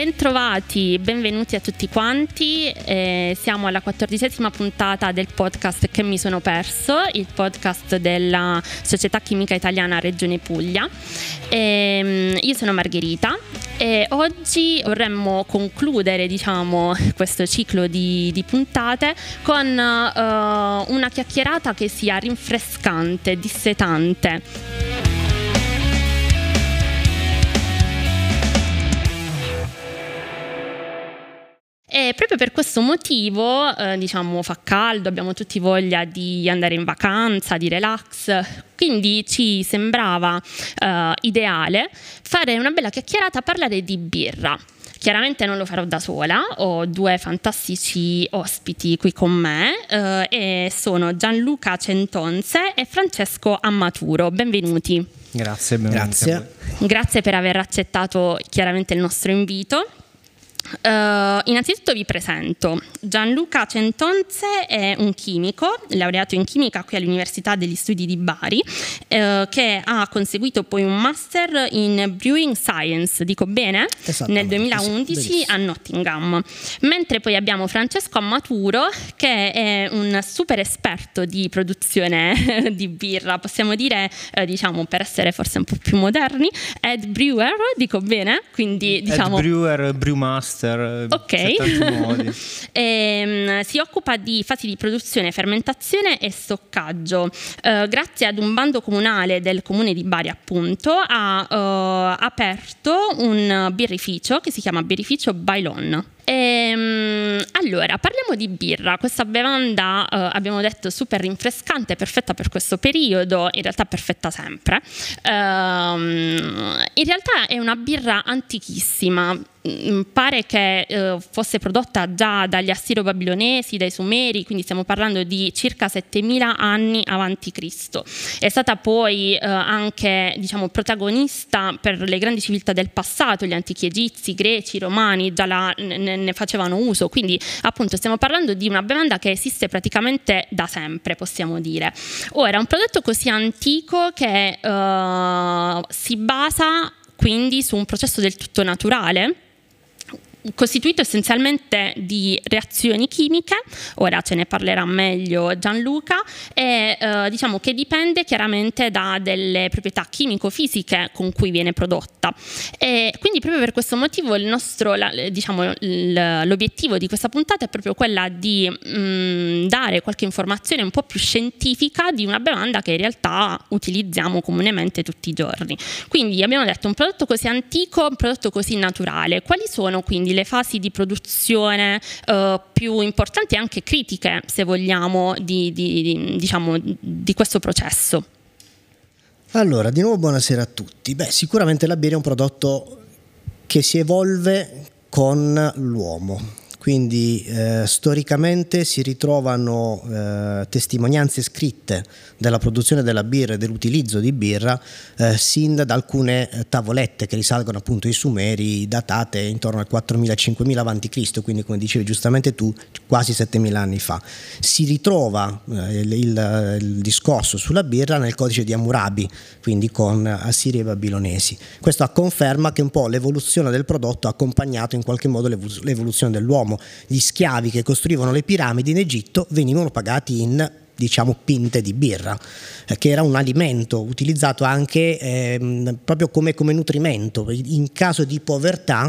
Bentrovati, benvenuti a tutti quanti. Siamo alla 14ª puntata del podcast Che mi sono perso, il podcast della Società Chimica Italiana Regione Puglia. Io sono Margherita e oggi vorremmo concludere, questo ciclo di puntate con una chiacchierata che sia rinfrescante, dissetante. E proprio per questo motivo, fa caldo, abbiamo tutti voglia di andare in vacanza, di relax, quindi ci sembrava ideale fare una bella chiacchierata, parlare di birra. Chiaramente non lo farò da sola, ho due fantastici ospiti qui con me e sono Gianluca Centonse e Francesco Ammaturo. Benvenuti. Grazie, benvenuti. Grazie per aver accettato chiaramente il nostro invito. Innanzitutto vi presento. Gianluca Centonse è un chimico, laureato in chimica qui all'Università degli Studi di Bari, che ha conseguito poi un master in Brewing Science, dico bene? Nel 2011 a Nottingham. Mentre poi abbiamo Francesco Ammaturo, che è un super esperto di produzione di birra, possiamo dire, per essere forse un po' più moderni, head brewer, dico bene? Quindi head brewer, brewmaster. Ok. Si occupa di fasi di produzione, fermentazione e stoccaggio. Grazie ad un bando comunale del comune di Bari, appunto, ha aperto un birrificio che si chiama Birrificio Bailon. Allora, parliamo di birra, questa bevanda abbiamo detto super rinfrescante, perfetta per questo periodo, in realtà perfetta sempre. In realtà è una birra antichissima, pare che fosse prodotta già dagli assiro-babilonesi, dai sumeri, quindi stiamo parlando di circa 7000 anni avanti Cristo. È stata poi anche protagonista per le grandi civiltà del passato, gli antichi egizi, greci, romani, già ne facevano uso, quindi appunto stiamo parlando di una bevanda che esiste praticamente da sempre, possiamo dire. Ora, un prodotto così antico che si basa quindi su un processo del tutto naturale, costituito essenzialmente di reazioni chimiche, ora ce ne parlerà meglio Gianluca, e che dipende chiaramente da delle proprietà chimico-fisiche con cui viene prodotta. E quindi proprio per questo motivo l'obiettivo di questa puntata è proprio quella di dare qualche informazione un po' più scientifica di una bevanda che in realtà utilizziamo comunemente tutti i giorni. Quindi abbiamo detto un prodotto così antico, un prodotto così naturale. Quali sono quindi le fasi di produzione più importanti e anche critiche, se vogliamo, di questo processo? Allora, di nuovo buonasera a tutti. Sicuramente la birra è un prodotto che si evolve con l'uomo. Quindi storicamente si ritrovano testimonianze scritte della produzione della birra e dell'utilizzo di birra sin da alcune tavolette che risalgono appunto ai Sumeri, datate intorno al 4000-5000 a.C., quindi come dicevi giustamente tu, quasi 7000 anni fa. Si ritrova il discorso sulla birra nel codice di Hammurabi, quindi con assiri e babilonesi. Questo conferma che un po' l'evoluzione del prodotto ha accompagnato in qualche modo l'evoluzione dell'uomo. Gli schiavi che costruivano le piramidi in Egitto venivano pagati in pinte di birra, che era un alimento utilizzato anche proprio come nutrimento. In caso di povertà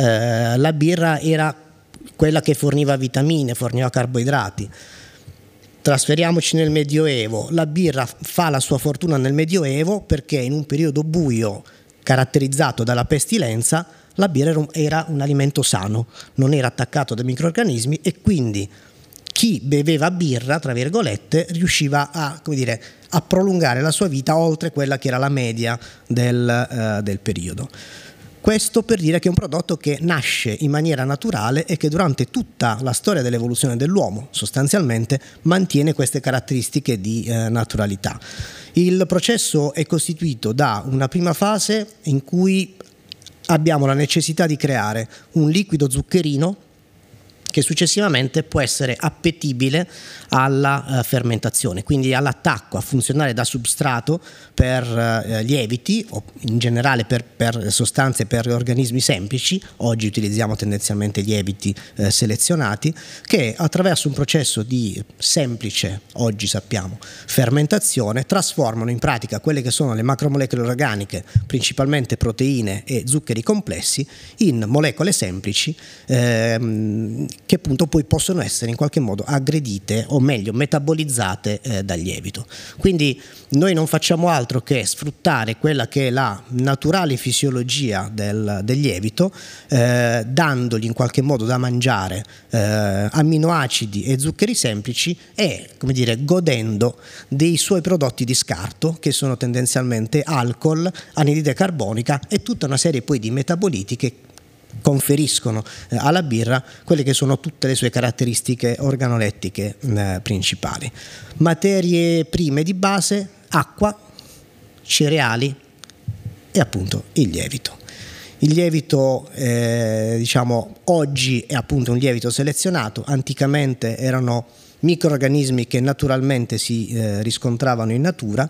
la birra era quella che forniva vitamine, forniva carboidrati. Trasferiamoci nel Medioevo. La birra fa la sua fortuna nel Medioevo perché in un periodo buio caratterizzato dalla pestilenza la birra era un alimento sano, non era attaccato dai microrganismi e quindi chi beveva birra, tra virgolette, riusciva a prolungare la sua vita oltre quella che era la media del periodo. Questo per dire che è un prodotto che nasce in maniera naturale e che durante tutta la storia dell'evoluzione dell'uomo sostanzialmente mantiene queste caratteristiche di naturalità. Il processo è costituito da una prima fase in cui abbiamo la necessità di creare un liquido zuccherino che successivamente può essere appetibile alla fermentazione, quindi all'attacco, a funzionare da substrato per lieviti o in generale per sostanze, per organismi semplici. Oggi utilizziamo tendenzialmente lieviti selezionati, che attraverso un processo di semplice, oggi sappiamo, fermentazione trasformano in pratica quelle che sono le macromolecole organiche, principalmente proteine e zuccheri complessi, in molecole semplici che appunto poi possono essere in qualche modo aggredite o meglio metabolizzate dal lievito. Quindi noi non facciamo altro che sfruttare quella che è la naturale fisiologia del lievito, dandogli in qualche modo da mangiare amminoacidi e zuccheri semplici e, come dire, godendo dei suoi prodotti di scarto, che sono tendenzialmente alcol, anidride carbonica e tutta una serie poi di metaboliti che conferiscono alla birra quelle che sono tutte le sue caratteristiche organolettiche principali. Materie prime di base: acqua, cereali e appunto il lievito. Il lievito diciamo oggi è appunto un lievito selezionato, anticamente erano microrganismi che naturalmente si riscontravano in natura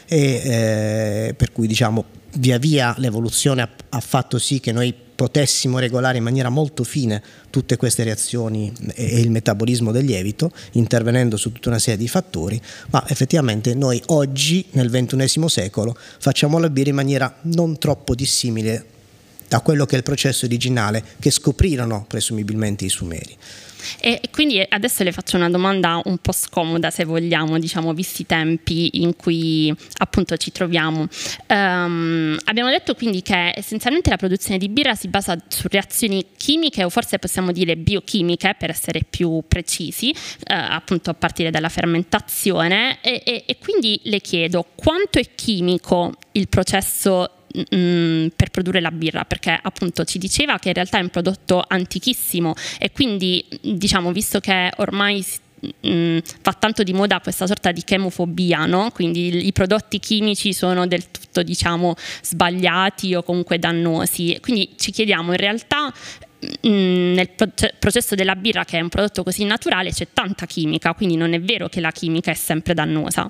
e per cui diciamo via via l'evoluzione ha fatto sì che noi potessimo regolare in maniera molto fine tutte queste reazioni e il metabolismo del lievito, intervenendo su tutta una serie di fattori, ma effettivamente noi oggi nel XXI secolo facciamo la birra in maniera non troppo dissimile da quello che è il processo originale che scoprirono presumibilmente i Sumeri. E quindi adesso le faccio una domanda un po' scomoda, se vogliamo, diciamo, visti i tempi in cui appunto ci troviamo. Abbiamo detto quindi che essenzialmente la produzione di birra si basa su reazioni chimiche, o forse possiamo dire biochimiche per essere più precisi, appunto a partire dalla fermentazione, e quindi le chiedo quanto è chimico il processo per produrre la birra, perché appunto ci diceva che in realtà è un prodotto antichissimo e quindi diciamo, visto che ormai fa tanto di moda questa sorta di chemofobia, no? Quindi i prodotti chimici sono del tutto diciamo sbagliati o comunque dannosi, quindi ci chiediamo in realtà nel processo della birra, che è un prodotto così naturale, c'è tanta chimica, quindi non è vero che la chimica è sempre dannosa.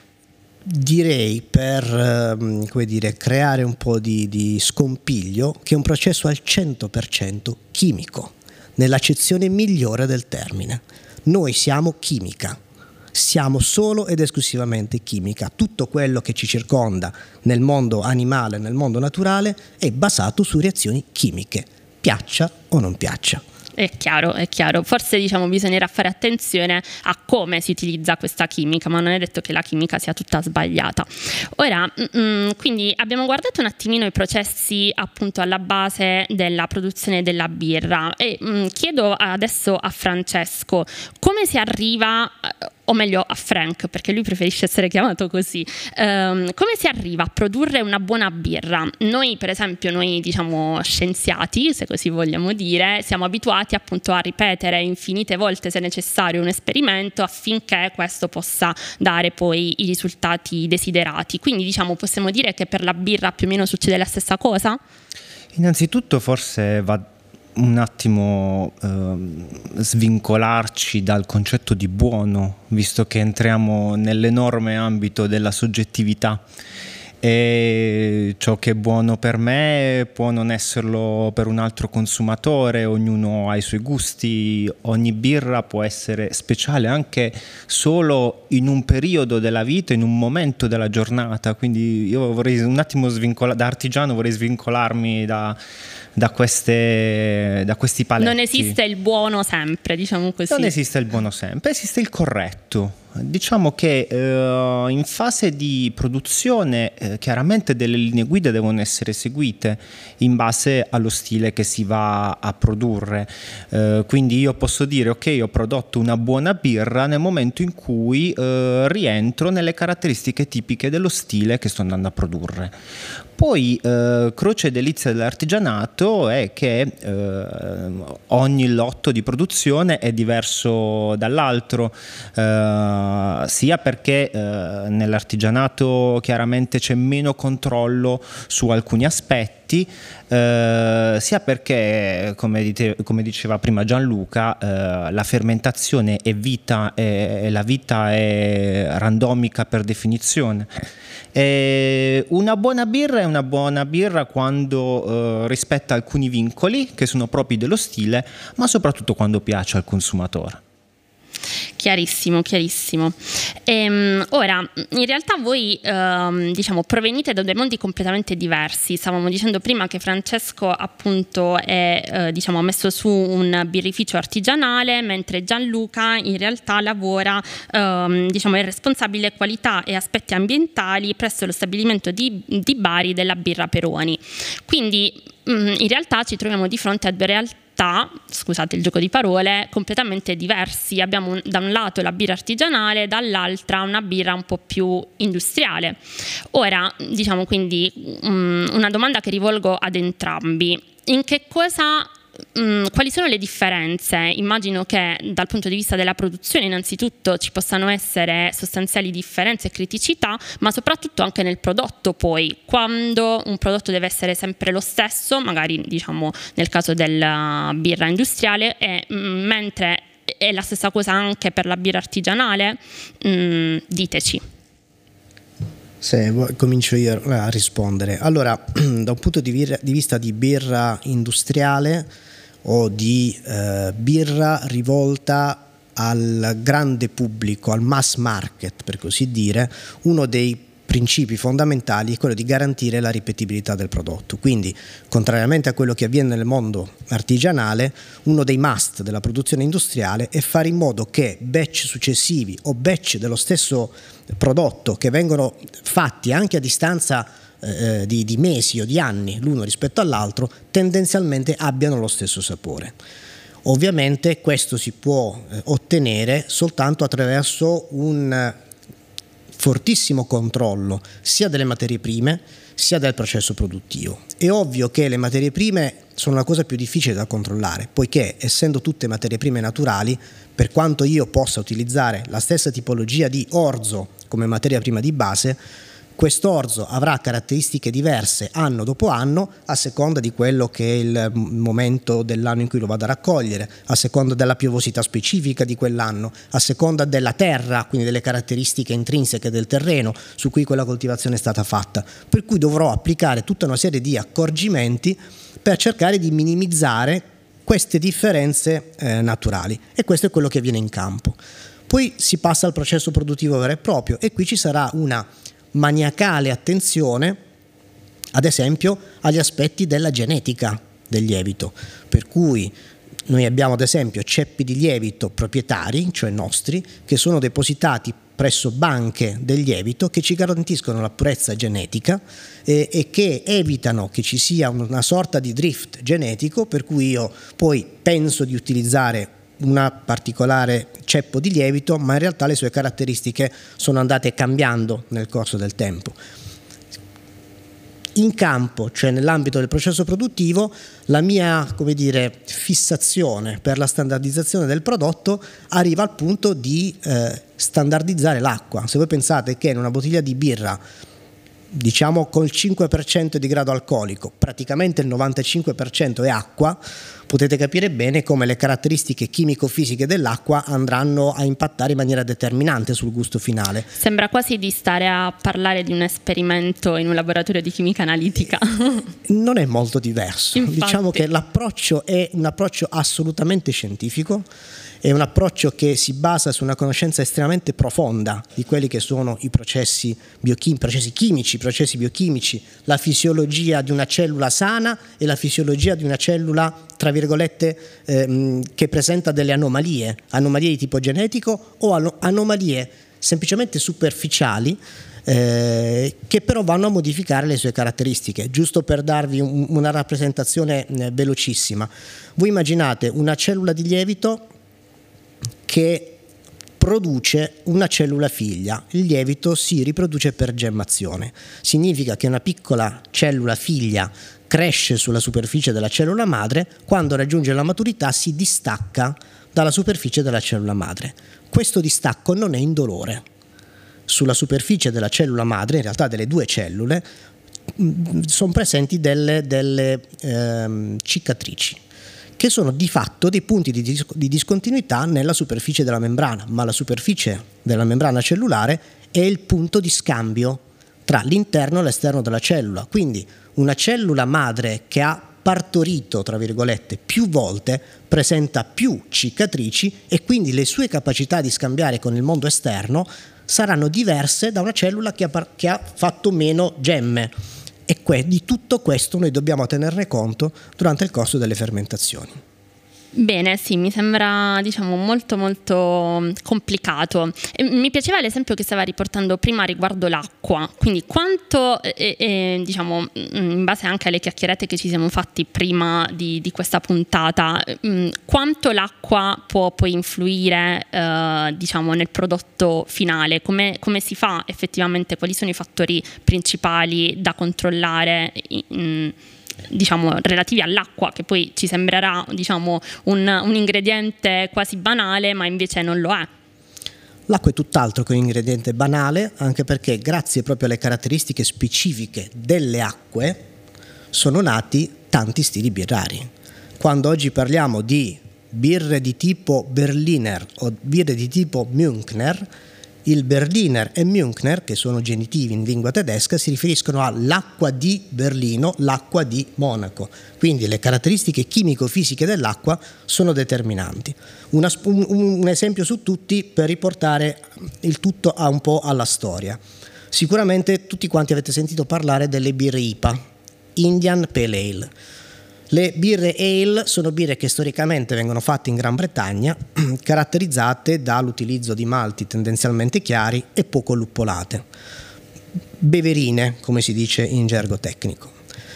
Direi, per come dire, creare un po' di scompiglio, che è un processo al 100% chimico, nell'accezione migliore del termine. Noi siamo chimica, siamo solo ed esclusivamente chimica. Tutto quello che ci circonda nel mondo animale, nel mondo naturale, è basato su reazioni chimiche, piaccia o non piaccia. È chiaro. Forse diciamo bisognerà fare attenzione a come si utilizza questa chimica, ma non è detto che la chimica sia tutta sbagliata. Ora, quindi abbiamo guardato un attimino i processi appunto alla base della produzione della birra e chiedo adesso a Francesco come si arriva, o meglio a Frank, perché lui preferisce essere chiamato così, come si arriva a produrre una buona birra? Noi per esempio, noi diciamo scienziati, se così vogliamo dire, siamo abituati appunto a ripetere infinite volte se necessario un esperimento affinché questo possa dare poi i risultati desiderati. Quindi diciamo possiamo dire che per la birra più o meno succede la stessa cosa? Innanzitutto forse va un attimo svincolarci dal concetto di buono, visto che entriamo nell'enorme ambito della soggettività, e ciò che è buono per me può non esserlo per un altro consumatore, ognuno ha i suoi gusti, ogni birra può essere speciale anche solo in un periodo della vita, in un momento della giornata. Quindi io vorrei un attimo da artigiano vorrei svincolarmi da questi paletti. Non esiste il buono sempre, diciamo così. Non esiste il buono sempre, esiste il corretto. Diciamo che in fase di produzione chiaramente delle linee guida devono essere seguite in base allo stile che si va a produrre. Quindi io posso dire ok, ho prodotto una buona birra nel momento in cui rientro nelle caratteristiche tipiche dello stile che sto andando a produrre. Poi croce e delizia dell'artigianato è che ogni lotto di produzione è diverso dall'altro. sia perché nell'artigianato chiaramente c'è meno controllo su alcuni aspetti, sia perché, come diceva prima Gianluca, la fermentazione è vita e la vita è randomica per definizione. Una buona birra è una buona birra quando rispetta alcuni vincoli che sono propri dello stile, ma soprattutto quando piace al consumatore. Chiarissimo. Ora, in realtà voi provenite da due mondi completamente diversi. Stavamo dicendo prima che Francesco appunto ha messo su un birrificio artigianale, mentre Gianluca in realtà lavora, è responsabile qualità e aspetti ambientali presso lo stabilimento di Bari della Birra Peroni. Quindi in realtà ci troviamo di fronte a due realtà, scusate il gioco di parole, completamente diversi. Abbiamo da un lato la birra artigianale, dall'altra una birra un po' più industriale. Ora, quindi una domanda che rivolgo ad entrambi: quali sono le differenze? Immagino che dal punto di vista della produzione innanzitutto ci possano essere sostanziali differenze e criticità, ma soprattutto anche nel prodotto, poi quando un prodotto deve essere sempre lo stesso, magari nel caso della birra industriale, mentre è la stessa cosa anche per la birra artigianale. Diteci. Se comincio io a rispondere. Allora, da un punto di vista di birra industriale o di birra rivolta al grande pubblico, al mass market per così dire, uno dei principi fondamentali è quello di garantire la ripetibilità del prodotto. Quindi, contrariamente a quello che avviene nel mondo artigianale, uno dei must della produzione industriale è fare in modo che batch successivi o batch dello stesso prodotto, che vengono fatti anche a distanza di mesi o di anni l'uno rispetto all'altro, tendenzialmente abbiano lo stesso sapore. Ovviamente questo si può ottenere soltanto attraverso un fortissimo controllo sia delle materie prime sia del processo produttivo. È ovvio che le materie prime sono la cosa più difficile da controllare, poiché essendo tutte materie prime naturali, per quanto io possa utilizzare la stessa tipologia di orzo come materia prima di base, quest'orzo avrà caratteristiche diverse anno dopo anno a seconda di quello che è il momento dell'anno in cui lo vado a raccogliere, a seconda della piovosità specifica di quell'anno, a seconda della terra, quindi delle caratteristiche intrinseche del terreno su cui quella coltivazione è stata fatta, per cui dovrò applicare tutta una serie di accorgimenti per cercare di minimizzare queste differenze naturali, e questo è quello che avviene in campo. Poi si passa al processo produttivo vero e proprio, e qui ci sarà una maniacale attenzione, ad esempio, agli aspetti della genetica del lievito, per cui noi abbiamo ad esempio ceppi di lievito proprietari, cioè nostri, che sono depositati presso banche del lievito che ci garantiscono la purezza genetica e che evitano che ci sia una sorta di drift genetico, per cui io poi penso di utilizzare una particolare ceppo di lievito, ma in realtà le sue caratteristiche sono andate cambiando nel corso del tempo. In campo, cioè nell'ambito del processo produttivo, la mia, fissazione per la standardizzazione del prodotto arriva al punto di standardizzare l'acqua. Se voi pensate che in una bottiglia di birra, col 5% di grado alcolico, praticamente il 95% è acqua, potete capire bene come le caratteristiche chimico-fisiche dell'acqua andranno a impattare in maniera determinante sul gusto finale. Sembra quasi di stare a parlare di un esperimento in un laboratorio di chimica analitica. Non è molto diverso. Infatti. Diciamo che l'approccio è un approccio assolutamente scientifico, è un approccio che si basa su una conoscenza estremamente profonda di quelli che sono i processi chimici, processi biochimici, la fisiologia di una cellula sana e la fisiologia di una cellula, tra virgolette, che presenta delle anomalie di tipo genetico o anomalie semplicemente superficiali, che però vanno a modificare le sue caratteristiche. Giusto per darvi una rappresentazione velocissima, voi immaginate una cellula di lievito che produce una cellula figlia. Il lievito si riproduce per gemmazione. Significa che una piccola cellula figlia cresce sulla superficie della cellula madre, quando raggiunge la maturità si distacca dalla superficie della cellula madre. Questo distacco non è indolore. Sulla superficie della cellula madre, in realtà delle due cellule, sono presenti delle cicatrici, che sono di fatto dei punti di discontinuità nella superficie della membrana, ma la superficie della membrana cellulare è il punto di scambio tra l'interno e l'esterno della cellula. Quindi una cellula madre che ha partorito, tra virgolette, più volte, presenta più cicatrici e quindi le sue capacità di scambiare con il mondo esterno saranno diverse da una cellula che ha fatto meno gemme. E di tutto questo noi dobbiamo tenerne conto durante il corso delle fermentazioni. Bene, sì, mi sembra molto molto complicato. Mi piaceva l'esempio che stava riportando prima riguardo l'acqua, quindi quanto, in base anche alle chiacchierate che ci siamo fatti prima di questa puntata, quanto l'acqua può poi influire nel prodotto finale, come si fa effettivamente, quali sono i fattori principali da controllare relativi all'acqua, che poi ci sembrerà un ingrediente quasi banale, ma invece non lo è. L'acqua è tutt'altro che un ingrediente banale, anche perché grazie proprio alle caratteristiche specifiche delle acque sono nati tanti stili birrari. Quando oggi parliamo di birre di tipo Berliner o birre di tipo Münchner, il Berliner e Münchner, che sono genitivi in lingua tedesca, si riferiscono all'acqua di Berlino, l'acqua di Monaco. Quindi le caratteristiche chimico-fisiche dell'acqua sono determinanti. Un esempio su tutti per riportare il tutto un po' alla storia. Sicuramente tutti quanti avete sentito parlare delle birre IPA, Indian Pale Ale. Le birre ale sono birre che storicamente vengono fatte in Gran Bretagna, caratterizzate dall'utilizzo di malti tendenzialmente chiari e poco luppolate. Beverine, come si dice in gergo tecnico.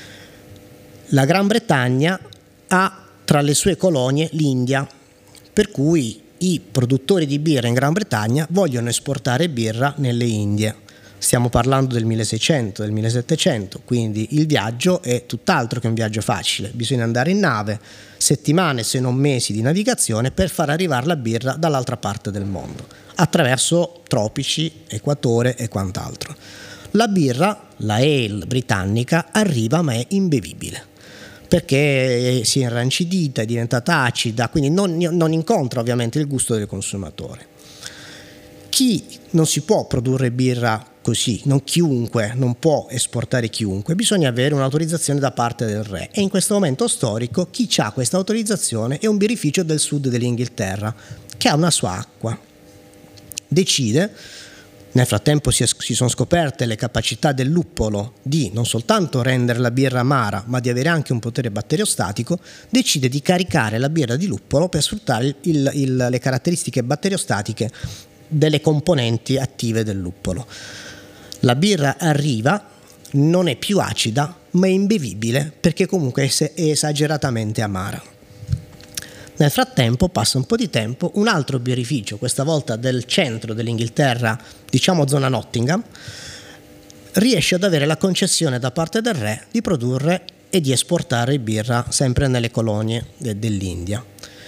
La Gran Bretagna ha tra le sue colonie l'India, per cui i produttori di birra in Gran Bretagna vogliono esportare birra nelle Indie. Stiamo parlando del 1600, del 1700, quindi il viaggio è tutt'altro che un viaggio facile. Bisogna andare in nave, settimane se non mesi di navigazione per far arrivare la birra dall'altra parte del mondo, attraverso tropici, equatore e quant'altro. La birra, la ale britannica, arriva ma è imbevibile, perché si è irrancidita, è diventata acida, quindi non incontra ovviamente il gusto del consumatore. Non si può produrre birra così, chiunque, non può esportare chiunque, bisogna avere un'autorizzazione da parte del re, e in questo momento storico chi ha questa autorizzazione è un birrificio del sud dell'Inghilterra che ha una sua acqua. Decide, nel frattempo si sono scoperte le capacità del luppolo di non soltanto rendere la birra amara, ma di avere anche un potere batteriostatico, decide di caricare la birra di luppolo per sfruttare le caratteristiche batteriostatiche delle componenti attive del luppolo. La birra arriva, non è più acida, ma è imbevibile perché comunque è esageratamente amara. Nel frattempo passa un po' di tempo, un altro birrificio, questa volta del centro dell'Inghilterra, diciamo zona Nottingham, riesce ad avere la concessione da parte del re di produrre e di esportare birra sempre nelle colonie dell'India.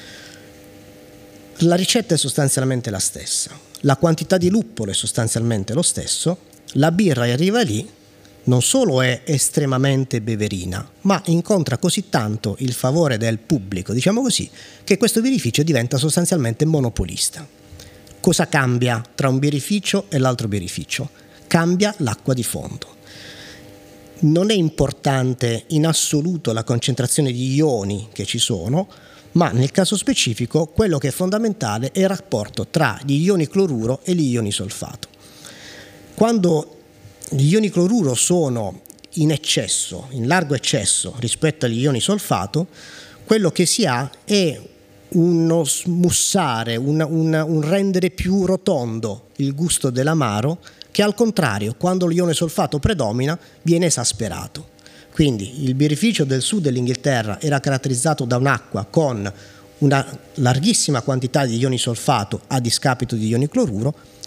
La ricetta è sostanzialmente la stessa, la quantità di luppolo è sostanzialmente lo stesso, la birra arriva lì, non solo è estremamente beverina, ma incontra così tanto il favore del pubblico, diciamo così, che questo birrificio diventa sostanzialmente monopolista. Cosa cambia tra un birrificio e l'altro birrificio? Cambia l'acqua di fondo. Non è importante in assoluto la concentrazione di ioni che ci sono, ma nel caso specifico quello che è fondamentale è il rapporto tra gli ioni cloruro e gli ioni solfato. Quando gli ioni cloruro sono in eccesso, in largo eccesso rispetto agli ioni solfato, quello che si ha è uno smussare, un rendere più rotondo il gusto dell'amaro, che al contrario, quando l'ione solfato predomina, viene esasperato. Quindi il birrificio del sud dell'Inghilterra era caratterizzato da un'acqua con una larghissima quantità di ioni solfato a discapito di ioni cloruro.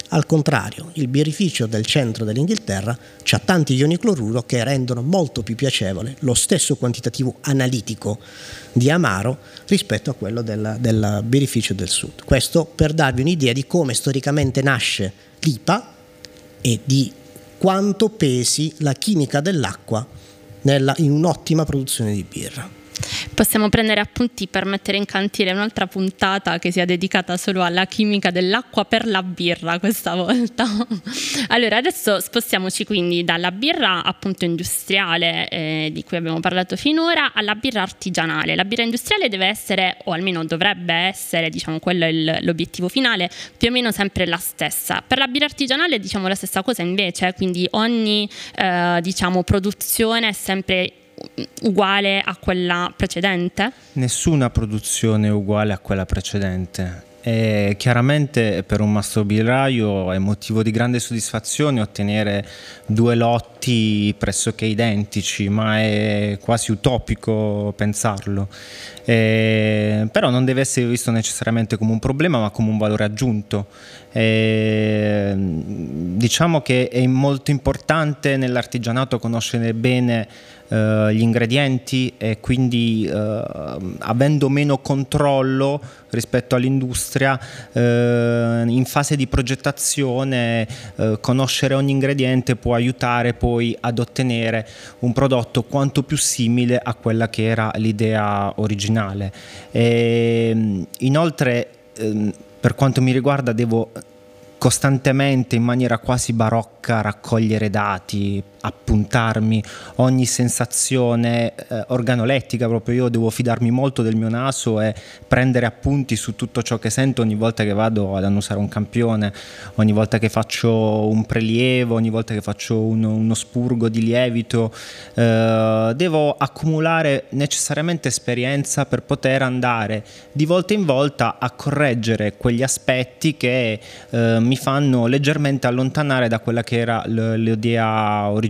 Al contrario, il birrificio del centro dell'Inghilterra ha tanti ioni cloruro che rendono molto più piacevole lo stesso quantitativo analitico di amaro rispetto a quello del birrificio del sud. Questo per darvi un'idea di come storicamente nasce l'IPA e di quanto pesi la chimica dell'acqua in un'ottima produzione di birra. Possiamo prendere appunti per mettere in cantiere un'altra puntata che sia dedicata solo alla chimica dell'acqua per la birra questa volta. Allora, adesso spostiamoci quindi dalla birra appunto industriale di cui abbiamo parlato finora alla birra artigianale. La birra industriale deve essere, o almeno dovrebbe essere, diciamo quello è l'obiettivo finale, più o meno sempre la stessa. Per la birra artigianale diciamo la stessa cosa invece, quindi ogni diciamo produzione è sempre uguale a quella precedente? Nessuna produzione è uguale a quella precedente. E chiaramente per un mastrobirraio è motivo di grande soddisfazione ottenere 2 lotti pressoché identici, ma è quasi utopico pensarlo. Però non deve essere visto necessariamente come un problema, ma come un valore aggiunto. Diciamo che è molto importante nell'artigianato conoscere bene gli ingredienti e quindi avendo meno controllo rispetto all'industria in fase di progettazione conoscere ogni ingrediente può aiutare poi ad ottenere un prodotto quanto più simile a quella che era l'idea originale. Inoltre per quanto mi riguarda devo costantemente in maniera quasi barocca raccogliere dati, appuntarmi ogni sensazione organolettica, proprio io devo fidarmi molto del mio naso e prendere appunti su tutto ciò che sento ogni volta che vado ad annusare un campione, ogni volta che faccio un prelievo, ogni volta che faccio uno spurgo di lievito. Devo accumulare necessariamente esperienza per poter andare di volta in volta a correggere quegli aspetti che mi fanno leggermente allontanare da quella che era l'idea originale.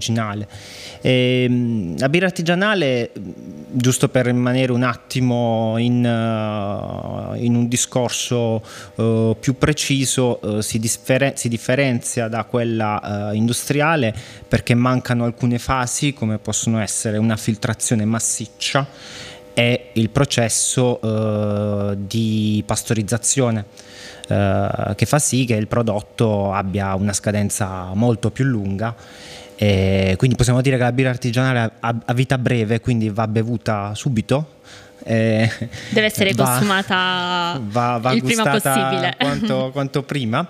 La birra artigianale, giusto per rimanere un attimo in un discorso più preciso, si differenzia da quella industriale perché mancano alcune fasi, come possono essere una filtrazione massiccia e il processo di pastorizzazione, che fa sì che il prodotto abbia una scadenza molto più lunga. Quindi possiamo dire che la birra artigianale ha vita breve, quindi va bevuta subito. Deve essere consumata il prima possibile. Quanto prima.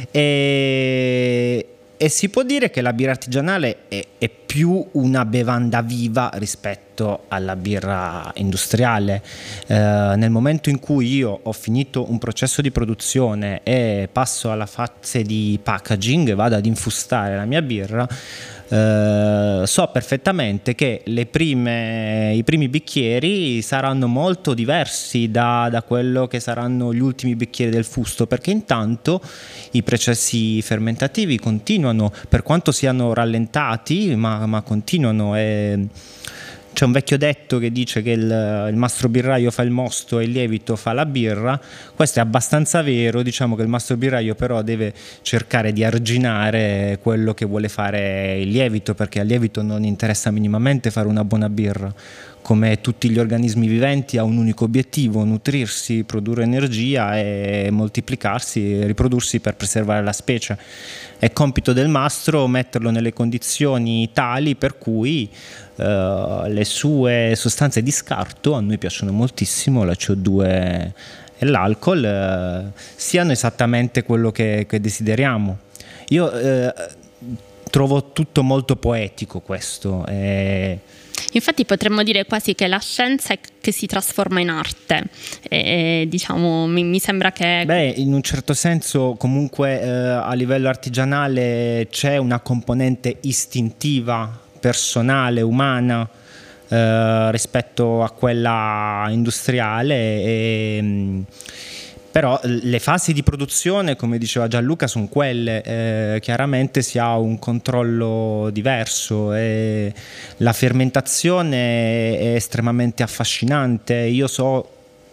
E si può dire che la birra artigianale è più una bevanda viva rispetto alla birra industriale. Nel momento in cui io ho finito un processo di produzione e passo alla fase di packaging, vado ad infustare la mia birra, so perfettamente che i primi bicchieri saranno molto diversi da quello che saranno gli ultimi bicchieri del fusto, perché intanto i processi fermentativi continuano, per quanto siano rallentati, ma continuano. C'è un vecchio detto che dice che il mastro birraio fa il mosto e il lievito fa la birra. Questo è abbastanza vero, diciamo che il mastro birraio però deve cercare di arginare quello che vuole fare il lievito, perché al lievito non interessa minimamente fare una buona birra. Come tutti gli organismi viventi ha un unico obiettivo: nutrirsi, produrre energia e moltiplicarsi e riprodursi per preservare la specie. È compito del mastro metterlo nelle condizioni tali per cui le sue sostanze di scarto, a noi piacciono moltissimo, la CO2 e l'alcol, siano esattamente quello che desideriamo. Io trovo tutto molto poetico questo. Infatti potremmo dire quasi che la scienza è che si trasforma in arte, diciamo, mi sembra che... Beh, in un certo senso comunque a livello artigianale c'è una componente istintiva, personale, umana rispetto a quella industriale, però le fasi di produzione, come diceva Gianluca, sono quelle. Chiaramente si ha un controllo diverso e la fermentazione è estremamente affascinante. Io so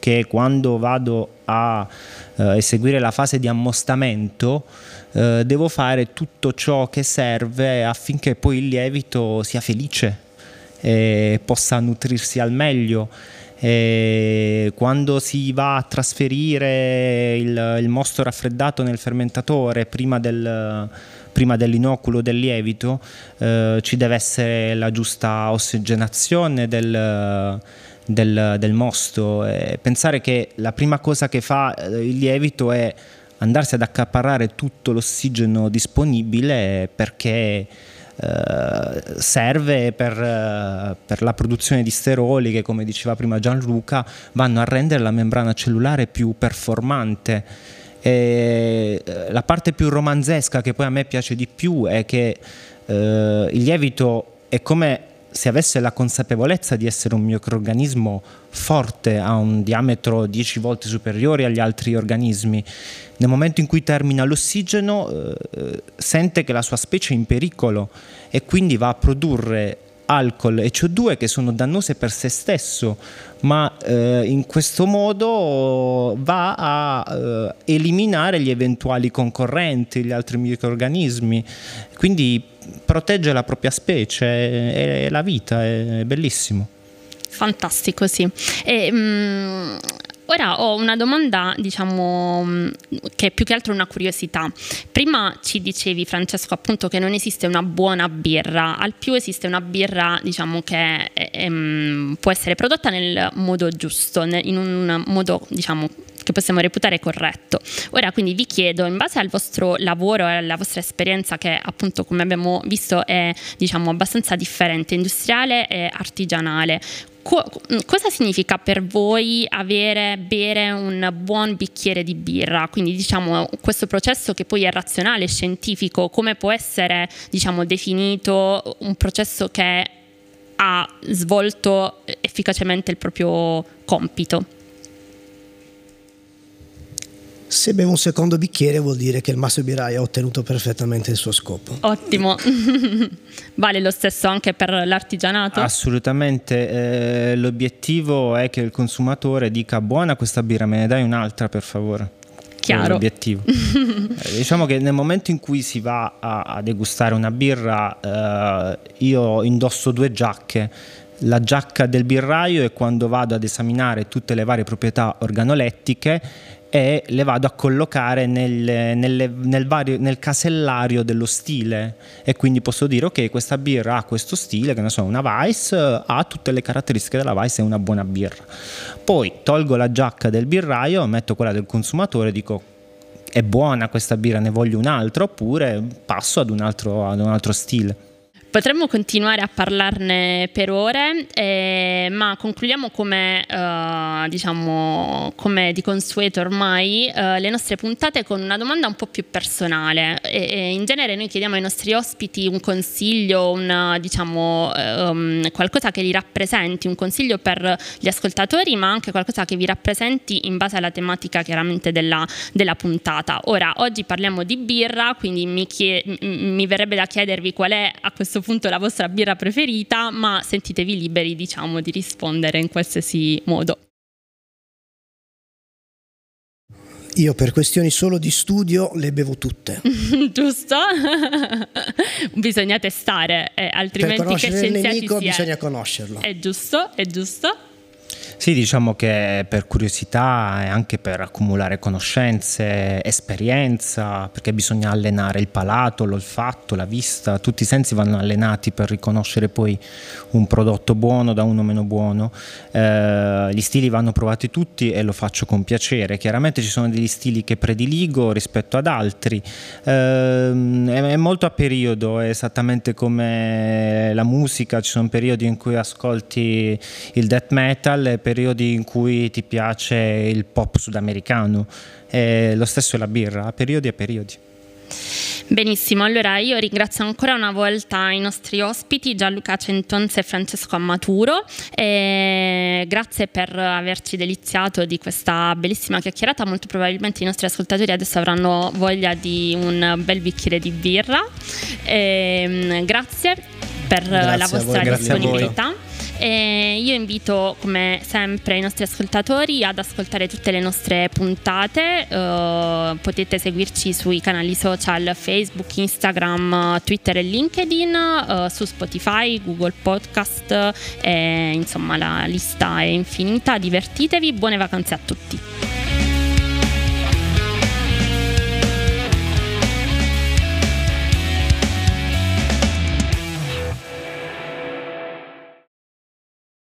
che quando vado a eseguire la fase di ammostamento devo fare tutto ciò che serve affinché poi il lievito sia felice e possa nutrirsi al meglio. E quando si va a trasferire il mosto raffreddato nel fermentatore prima dell'inoculo del lievito, ci deve essere la giusta ossigenazione del mosto. Pensare che la prima cosa che fa il lievito è andarsi ad accaparrare tutto l'ossigeno disponibile, perché serve per la produzione di steroli che, come diceva prima Gianluca, vanno a rendere la membrana cellulare più performante. E la parte più romanzesca, che poi a me piace di più, è che il lievito è come se avesse la consapevolezza di essere un microrganismo forte, a un diametro 10 volte superiore agli altri organismi. Nel momento in cui termina l'ossigeno, sente che la sua specie è in pericolo e quindi va a produrre alcol e CO2 che sono dannose per se stesso, ma in questo modo va a eliminare gli eventuali concorrenti, gli altri microrganismi, quindi protegge la propria specie e la vita. È bellissimo. Fantastico, sì. Ora ho una domanda, diciamo, che è più che altro una curiosità. Prima ci dicevi, Francesco, appunto, che non esiste una buona birra, al più esiste una birra, diciamo, che può essere prodotta nel modo giusto, in un modo, diciamo, che possiamo reputare corretto. Ora quindi vi chiedo, in base al vostro lavoro e alla vostra esperienza, che appunto, come abbiamo visto, è, diciamo, abbastanza differente, industriale e artigianale, cosa significa per voi bere un buon bicchiere di birra? Quindi, diciamo, questo processo che poi è razionale, scientifico, come può essere, diciamo, definito un processo che ha svolto efficacemente il proprio compito? Se bevo un secondo bicchiere vuol dire che il masso birraio ha ottenuto perfettamente il suo scopo. Ottimo. Vale lo stesso anche per l'artigianato? Assolutamente. L'obiettivo è che il consumatore dica: buona questa birra, me ne dai un'altra per favore. Chiaro. È l'obiettivo. Diciamo che nel momento in cui si va a degustare una birra, io indosso 2 giacche. La giacca del birraio è quando vado ad esaminare tutte le varie proprietà organolettiche e le vado a collocare nel casellario dello stile, e quindi posso dire: ok, questa birra ha questo stile, che ne so, una Weiss, ha tutte le caratteristiche della Weiss, è una buona birra. Poi tolgo la giacca del birraio, metto quella del consumatore, dico: è buona questa birra, ne voglio un'altra, oppure passo ad un altro stile. Potremmo continuare a parlarne per ore, ma concludiamo come di consueto ormai le nostre puntate con una domanda un po' più personale. In genere noi chiediamo ai nostri ospiti un consiglio, qualcosa che li rappresenti, un consiglio per gli ascoltatori, ma anche qualcosa che vi rappresenti in base alla tematica chiaramente della puntata. Ora, oggi parliamo di birra, quindi mi verrebbe da chiedervi qual è a questo punto la vostra birra preferita, ma sentitevi liberi, diciamo, di rispondere in qualsiasi modo. Io per questioni solo di studio le bevo tutte. Giusto? Bisogna testare, altrimenti per conoscere che scienziati il nemico si è? Bisogna conoscerlo. È giusto, è giusto. Sì, diciamo che per curiosità e anche per accumulare conoscenze, esperienza, perché bisogna allenare il palato, l'olfatto, la vista, tutti i sensi vanno allenati per riconoscere poi un prodotto buono da uno meno buono. Gli stili vanno provati tutti e lo faccio con piacere. Chiaramente ci sono degli stili che prediligo rispetto ad altri, è molto a periodo, è esattamente come la musica, ci sono periodi in cui ascolti il death metal e periodi in cui ti piace il pop sudamericano, e lo stesso è la birra, a periodi e periodi. Benissimo, allora io ringrazio ancora una volta i nostri ospiti Gianluca Centonze e Francesco Ammaturo, grazie per averci deliziato di questa bellissima chiacchierata. Molto probabilmente i nostri ascoltatori adesso avranno voglia di un bel bicchiere di birra. Grazie per la vostra disponibilità. E io invito come sempre i nostri ascoltatori ad ascoltare tutte le nostre puntate. Potete seguirci sui canali social Facebook, Instagram, Twitter e LinkedIn, su Spotify, Google Podcast, insomma la lista è infinita. Divertitevi, buone vacanze a tutti.